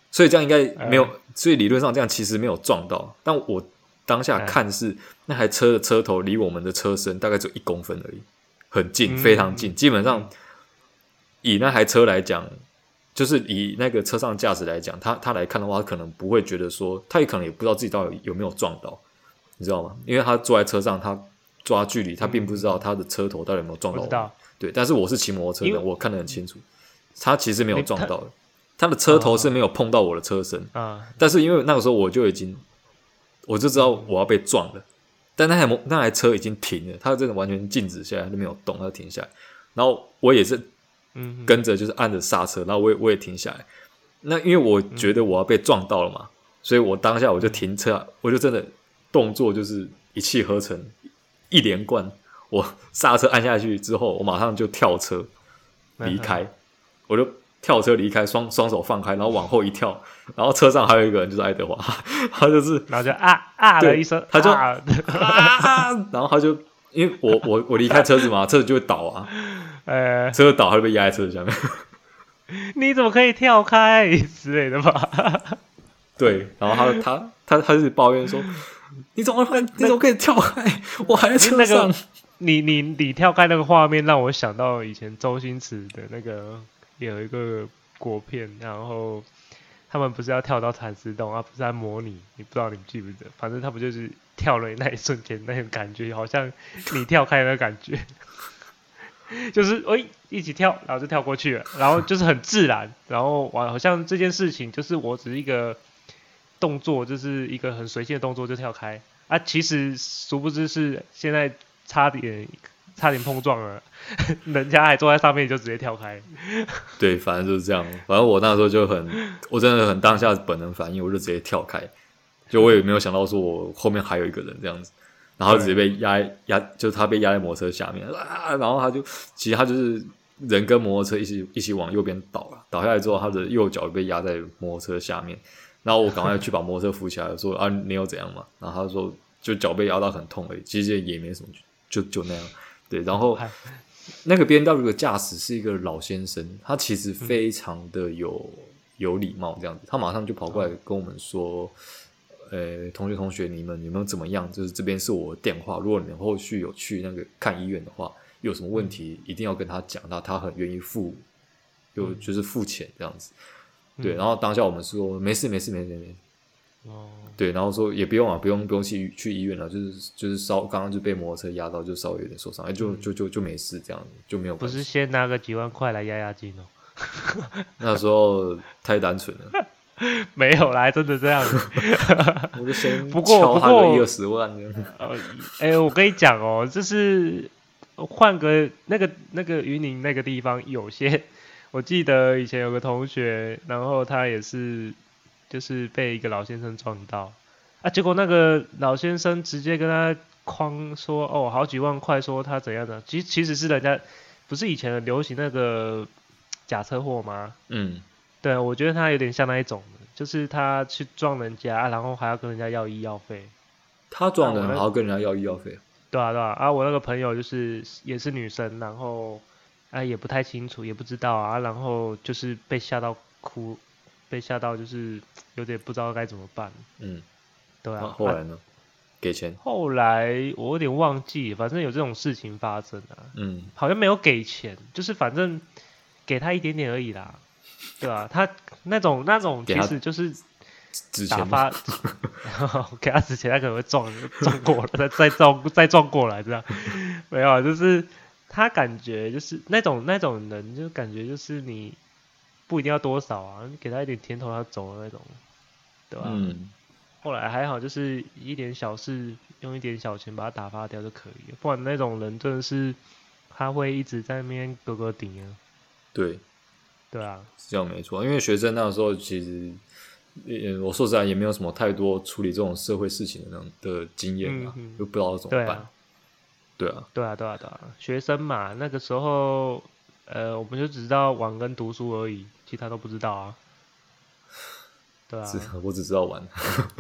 所以这样应该没有，呃、所以理论上这样其实没有撞到。但我当下看是、呃、那台车的车头离我们的车身大概只有一公分而已，很近，非常近。嗯、基本上以那台车来讲，就是以那个车上驾驶来讲，他他来看的话，他可能不会觉得说，他也可能也不知道自己到底有没有撞到，你知道吗？因为他坐在车上，他抓距离，他并不知道他的车头到底有没有撞到我。 我知道。 对，但是我是骑摩托车的，我看得很清楚，他其实没有撞到的，他的车头是没有碰到我的车身，啊、但是因为那个时候我就已经，我就知道我要被撞了，但那台那台车已经停了，它真的完全静止下来，它就没有动，它就停下来，然后我也是跟着就是按着刹车，然后我也我也停下来，那因为我觉得我要被撞到了嘛，所以我当下我就停车，我就真的动作就是一气呵成，一连贯。我刹车按下去之后，我马上就跳车离开，我就跳车离开，双双手放开，然后往后一跳，然后车上还有一个人就是爱德华，他就是然后就啊啊了一声， 他就啊， 啊然后他就因为我我我离开车子嘛，车子就会倒啊， 呃， 车子倒他就被压在车子下面， 你怎么可以跳开之类的吧？ 对，然后他他他他就是抱怨说，你怎么会你怎么可以跳开？我还在车上。那個你你你跳开那个画面让我想到以前周星驰的那个有一个国片，然后他们不是要跳到蚕丝洞啊，不是在模拟，你不知道你们记不记得？反正他不就是跳了那一瞬间那种感觉，好像你跳开的感觉，就是哎一起跳，然后就跳过去了，然后就是很自然，然后好像这件事情就是我只是一个动作，就是一个很随性的动作就跳开啊，其实殊不知是现在。差点差点碰撞了，人家还坐在上面就直接跳开。 对，反正就是这样。反正我那时候就很，我真的很当下本能反应，我就直接跳开。就我也没有想到说我后面还有一个人这样子，然后直接被压压，就是他被压在摩托车下面啊，然后他就其实他就是人跟摩托车一起一起往右边倒了，倒下来之后，他的右脚被压在摩托车下面，然后我赶快去把摩托车扶起来，说啊你有怎样嘛？然后他说就脚被压到很痛而已，其实也没什么。就就那样，对，然后那个 B M W 的驾驶是一个老先生，他其实非常的有有礼貌，这样子，他马上就跑过来跟我们说，呃，同学同学，你们有没有怎么样？就是这边是我的电话，如果你们后续有去那个看医院的话，有什么问题一定要跟他讲，那他很愿意付，就就是付钱这样子，对，然后当下我们说没事没事没事没事。哦，对，然后说也不用啊，不用不用去去医院了，就是就是稍刚刚就被摩托车压到，就稍微有点受伤，哎，就就就就没事，这样就没有关系。 不是先拿个几万块来压压惊哦？ 那时候太单纯了， 没有啦，真的这样。 我就先不过敲他个一二十万这样。 呃，哎、欸，我跟你讲哦，就是换个那个那个云林那个地方，有些我记得以前有个同学，然后他也是。就是被一个老先生撞到啊，结果那个老先生直接跟他框说哦，好几万块，说他怎样的，其实其实是人家不是以前的流行那个假车祸吗？嗯，对，我觉得他有点像那一种的，就是他去撞人家，啊、然后还要跟人家要医药费。 他撞人还要跟人家要医药费？ 对啊对啊，啊，我那个朋友就是也是女生，然后啊也不太清楚，也不知道啊，然后就是被吓到哭。被吓到就是有点不知道该怎么办。嗯，对啊。 后来呢？啊、给钱？ 后来我有点忘记，反正有这种事情发生啊。嗯，好像没有给钱，就是反正给他一点点而已啦。对啊，他那种那种其实就是打发，给他纸钱，他可能会撞撞过了，再再撞再撞过来这样。没有，就是他感觉就是那种那种人，就感觉就是你。不一定要多少啊，你给他一点甜头，他走的那种，对吧？嗯。后来还好，就是一点小事，用一点小钱把他打发掉就可以了。不然那种人真的是，他会一直在那边咯咯顶啊。 对， 对啊， 是这样没错。因为学生那时候其实，呃，我说实在也没有什么太多处理这种社会事情的那种的经验啊，嗯、就不知道怎么办。对啊， 对啊，对啊，对啊，学生嘛，那个时候。呃，我们就只知道玩跟读书而已，其他都不知道啊。对啊， 我只知道玩。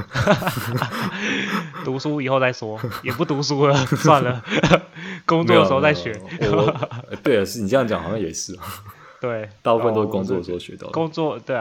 读书以后再说，也不读书了，算了，工作的时候再学。 对啊，是你这样讲好像也是。 对， 大部分都是工作的时候学到的。 工作对啊，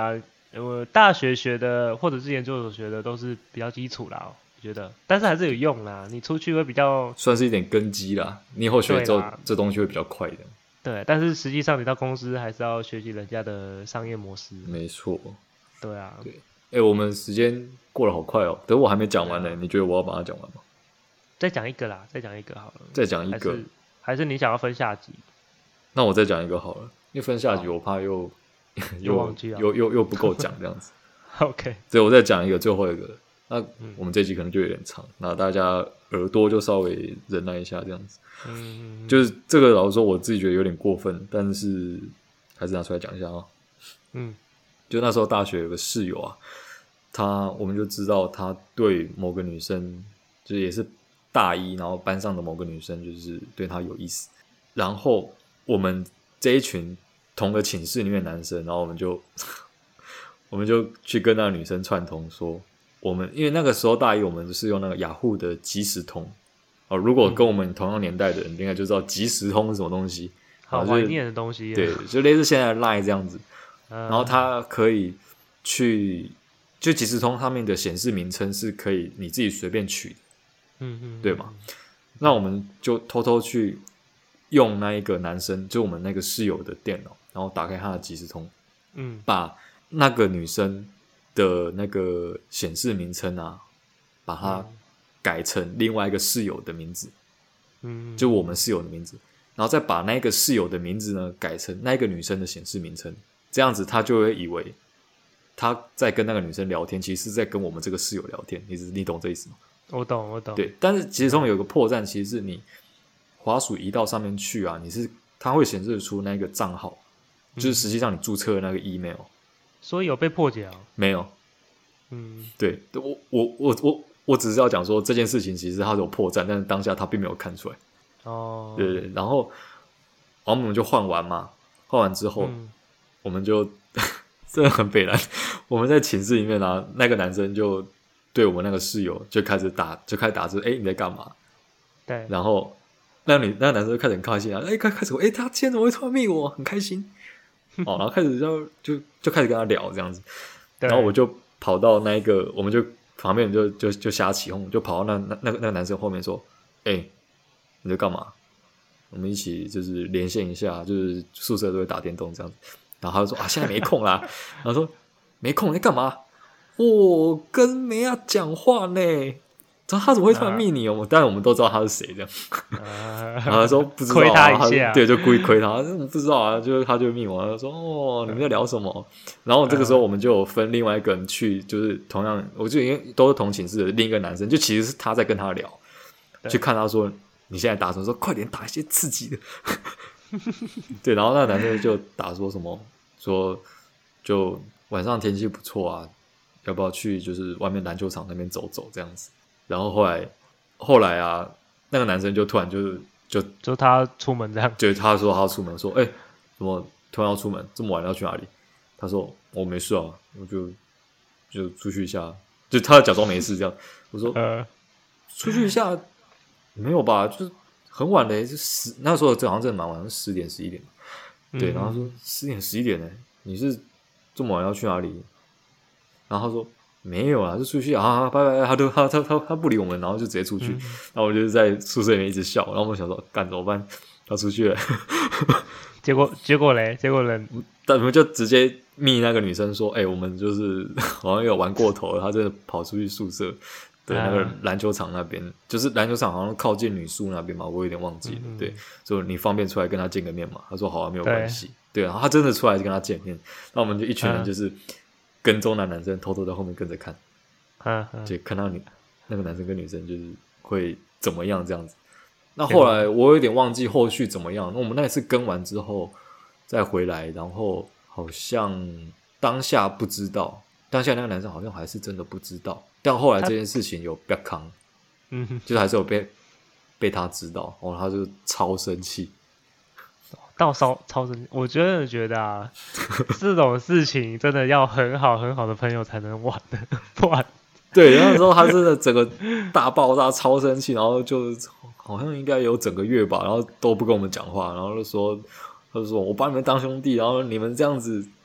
我大学学的或者是研究所学的都是比较基础啦，我觉得，但是还是有用啦。你出去会比较算是一点根基啦，你以后学之后这东西会比较快的。 对，但是实际上你到公司还是要学习人家的商业模式。 没错。 对啊。 对。哎、欸，我们时间过得好快哦，等我还没讲完呢、啊，你觉得我要把它讲完吗？ 再讲一个啦，再讲一个好了。 再讲一个， 还是还是你想要分下集？ 那我再讲一个好了，因为分下集我怕又又忘记了， 又又又不够讲这样子。 OK， 所以我再讲一个最后一个，那我们这集可能就有点长，那大家耳朵就稍微忍耐一下这样子。嗯，就是这个老实说我自己觉得有点过分，但是还是拿出来讲一下啊、哦。嗯，就那时候大学有个室友啊，他我们就知道他对某个女生，就是也是大一，然后班上的某个女生就是对他有意思，然后我们这一群同个寝室里面的男生，然后我们就我们就去跟那个女生串通说，我们因为那个时候大一我们是用那个雅虎的即时通哦，如果跟我们同样年代的人应该就知道即时通是什么东西， 好怀念的东西、啊， 对，就类似现在的 Line 这样子，然后它可以去就即时通上面的显示名称是可以你自己随便取的，嗯嗯，对吗？那我们就偷偷去用那一个男生，就我们那个室友的电脑，然后打开他的即时通，嗯，把那个女生的那个显示名称啊，把它改成另外一个室友的名字，嗯，就我们室友的名字，然后再把那个室友的名字呢改成那个女生的显示名称，这样子他就会以为他在跟那个女生聊天，其实是在跟我们这个室友聊天，你你懂这意思吗？ 我懂，我懂。 对，但是即时通有个破绽，其实是你滑鼠移到上面去啊，你是它会显示出那个账号，嗯、就是实际上你注册的那个 email。 所以有被破解啊？ 没有。嗯，对，我我我我我只是要讲说这件事情其实它有破绽，但是当下他并没有看出来。哦。对对，然后，然后我们就换完嘛，换完之后，嗯、我们就真的很北蓝。我们在寝室里面啊，那个男生就对我们那个室友就开始打，就开始打字，哎，你在干嘛？ 对。 然后那个女那个男生就开始很开心啊，哎，开开始，哎，他今天怎么会突然密我，很开心。哦，然后开始就就就开始跟他聊这样子，然后我就跑到那一个，我们就旁边就就就瞎起哄，就跑到那那那个那个男生后面说，哎，你在干嘛？我们一起就是连线一下，就是宿舍都会打电动这样子。然后他就说啊，现在没空啦。然后说没空，你在干嘛？我、哦、跟梅亚讲话呢。他怎么会突然密你哦？当然我们都知道他是谁这样。然后他说不知道、啊， 亏他一下， 对，就故意亏他。我不知道啊，就是他就密我，他说哦，你们在聊什么？然后这个时候我们就有分另外一个人去，就是同样，我就因为都是同寝室的另一个男生，就其实是他在跟他聊，去看他说你现在打什么？说快点打一些刺激的。对，然后那个男生就打说什么？说就晚上天气不错啊，要不要去就是外面篮球场那边走走这样子？然后后来，后来啊，那个男生就突然就就就他出门这样， 就他说他要出门，说哎，怎么突然要出门？这么晚要去哪里？他说我没事啊，我就就出去一下，就他假装没事这样。我说呃，出去一下没有吧？就是很晚嘞，就十那时候这好像真的蛮晚，十点十一点。对，然后他说十点十一点呢，你是这么晚要去哪里？然后他说。没有啦，就出去啊，拜拜！他都他他他他不理我们，然后就直接出去。嗯、然后我就在宿舍里面一直笑，然后我们想说，干怎么办？他出去了， 结果结果嘞，结果人， 但我们就直接密那个女生说，哎、欸，我们就是好像有玩过头了，他真的跑出去宿舍的那个篮球场那边，啊、就是篮球场好像靠近女宿那边嘛，我有点忘记了。嗯、对，所以你方便出来跟他见个面嘛？他说好啊，没有关系。对，然后他真的出来跟他见面，那我们就一群人就是。啊跟踪那男生偷偷在后面跟着看，啊啊、就看到你那个男生跟女生就是会怎么样这样子。那后来我有点忘记后续怎么样。那我们那一次跟完之后再回来，然后好像当下不知道，当下那个男生好像还是真的不知道。但后来这件事情有被扛，嗯，就是还是有被被他知道，然后他就超生气。 到超超生气，我真的觉得啊，这种事情真的要很好很好的朋友才能玩的，不然对，那时候他真的整个大爆炸，超生气，然后就好像应该有整个月吧，然后都不跟我们讲话，然后就说，他就说我把你们当兄弟，然后你们这样子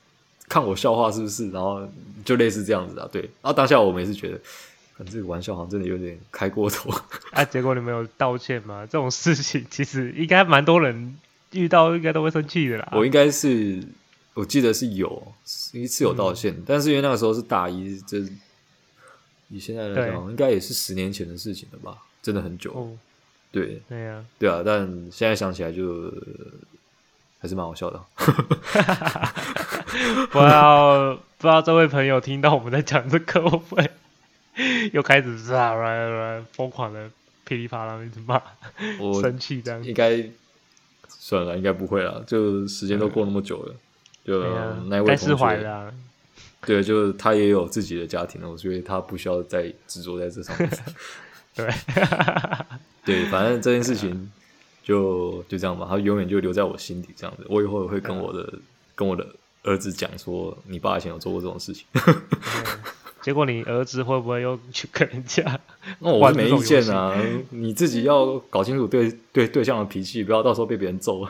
看我笑话是不是？然后就类似这样子啊，对。然后当下我们也是觉得，这个玩笑好像真的有点开过头。 啊，结果你们有道歉吗？这种事情其实应该蛮多人遇到，应该都会生气的啦。 我应该是，我记得是有一次有道歉，嗯、但是因为那个时候是大一，这以现在来讲，应该也是十年前的事情了吧？真的很久了。哦、对， 对啊， 对啊，但现在想起来就还是蛮好笑的。 不知道不知道这位朋友听到我们在讲这个，会不会又开始疯狂的噼里啪啦一直骂，生气这样？ 应该算了，应该不会啦，就时间都过那么久了，就那位同学该释怀了、啊。对，就是他也有自己的家庭了，所以他不需要再执着在这上面。 对， 对，反正这件事情就就这样吧，他永远就留在我心底这样子。我以后会跟我的、嗯、跟我的儿子讲说，你爸以前有做过这种事情。 嗯、结果你儿子会不会又去跟人家？ 那我是没意见啊，你自己要搞清楚对对对象的脾气，不要到时候被别人揍。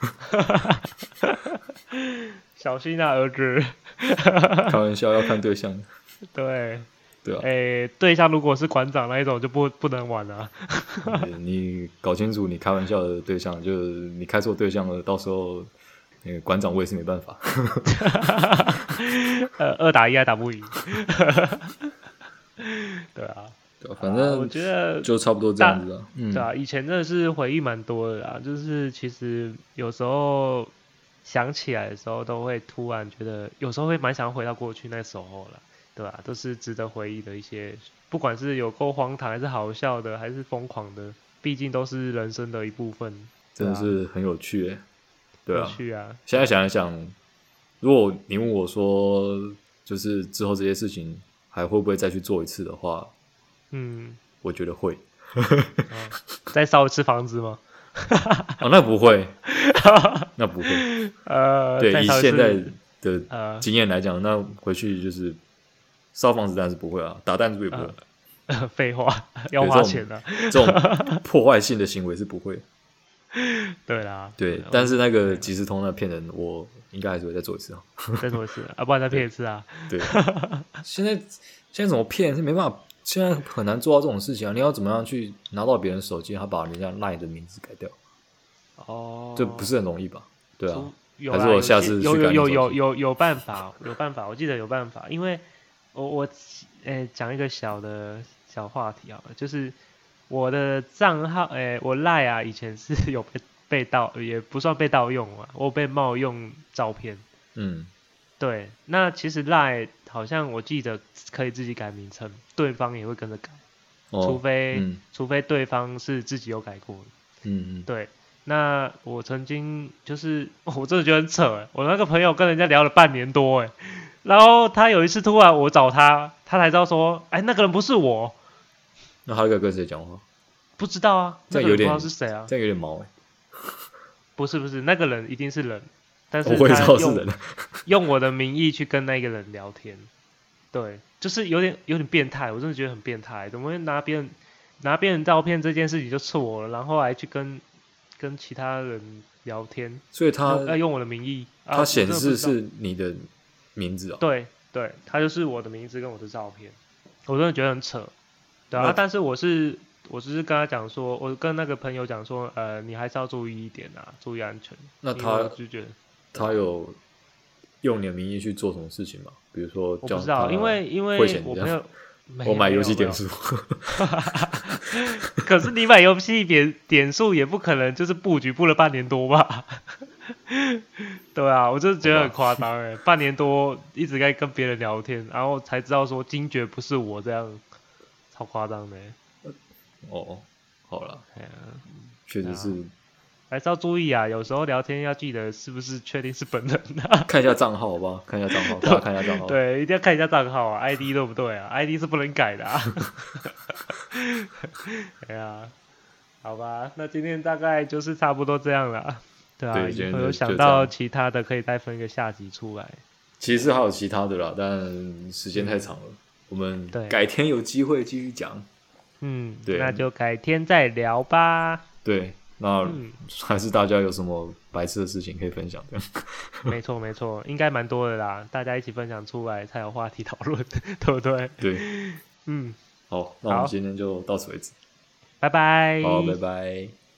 小心啊，儿子！ 开玩笑，要看对象。 对。 对啊， 欸、对象如果是馆长那一种就不不能玩了、啊。 你搞清楚你开玩笑的对象，就是你开错对象了，到时候那个馆长我也是没办法。 呃，二打一还打不赢。对啊， 对啊，反正我觉得就差不多这样子啊。 嗯，对啊，以前真的是回忆蛮多的啦，就是其实有时候想起来的时候，都会突然觉得，有时候会蛮想回到过去那时候啦。对啊，都是值得回忆的一些，不管是有够荒唐，还是好笑的，还是疯狂的，毕竟都是人生的一部分。 真的是很有趣耶，对啊， 有趣啊！ 现在想一想，如果你问我说，就是之后这些事情还会不会再去做一次的话，嗯，我觉得会。 哦、再烧一次房子吗？ 哦，那不会，那不会。呃，对，以现在的经验来讲，那回去就是。烧房子当然是不会啊，打弹珠也不会。 呃、废话，要花钱的、啊。 这种破坏性的行为是不会。 对啦， 对，但是那个即时通那骗人，我应该还是会再做一次啊。 再做一次啊，不然再骗一次啊。 对，对现在现在怎么骗是没办法，现在很难做到这种事情啊！你要怎么样去拿到别人手机，他把人家 LINE 的名字改掉？哦，这不是很容易吧？对啊， 有还是我下次去有有有有有有办法，有办法，我记得有办法，因为。我我诶讲一个小的小话题好了，就是我的账号诶，我 LINE 啊以前是有被被盗，也不算被盗用啊，我有被冒用照片。嗯，对，那其实 LINE 好像我记得可以自己改名称，对方也会跟着改，哦、除非、嗯、除非对方是自己有改过的。嗯嗯，对。那我曾经就是我真的觉得很扯哎，我那个朋友跟人家聊了半年多哎。然后他有一次突然我找他，他才知道说，哎，那个人不是我。 那他跟跟谁讲话？ 不知道啊， 这有点那个人不知道是谁啊？ 这样有点毛哎。 不是不是，那个人一定是人，但是我会知道是人。 用我的名义去跟那个人聊天，对，就是有点有点变态，我真的觉得很变态，怎么会拿别人拿别人照片这件事情就错了，然后还去跟跟其他人聊天， 所以他要用我的名义， 他显示是你的。名字哦， 对对，他就是我的名字跟我的照片，我真的觉得很扯，对啊，但是我是我只是跟他讲说，我跟那个朋友讲说，呃，你还是要注意一点啊，注意安全。 那他就觉得他有用你的名义去做什么事情吗？比如说， 我不知道，因为因为我朋友我买游戏点数， 可是你买游戏点点数也不可能就是布局布了半年多吧？对啊，我就是觉得很夸张哎，半年多一直在跟别人聊天，然后才知道说惊觉不是我这样，超夸张的。 哦，好了，确实是， 还是要注意啊，有时候聊天要记得是不是确定是本人啊， 看一下账号好不好？看一下账号，大家看一下账号， 对，一定要看一下账号啊 ，I D 对不对啊 ？I D 是不能改的啊。哎呀，好吧，那今天大概就是差不多这样了。对啊，以后有想到其他的可以再分一个下集出来。 其实还有其他的啦，但时间太长了，嗯、我们改天有机会继续讲。 嗯，对，那就改天再聊吧。 对， 那嗯还是大家有什么白痴的事情可以分享的？ 没错没错，应该蛮多的啦，大家一起分享出来才有话题讨论，对不对？ 对， 嗯， 好，那我们今天就到此为止。 拜拜。 好，拜拜。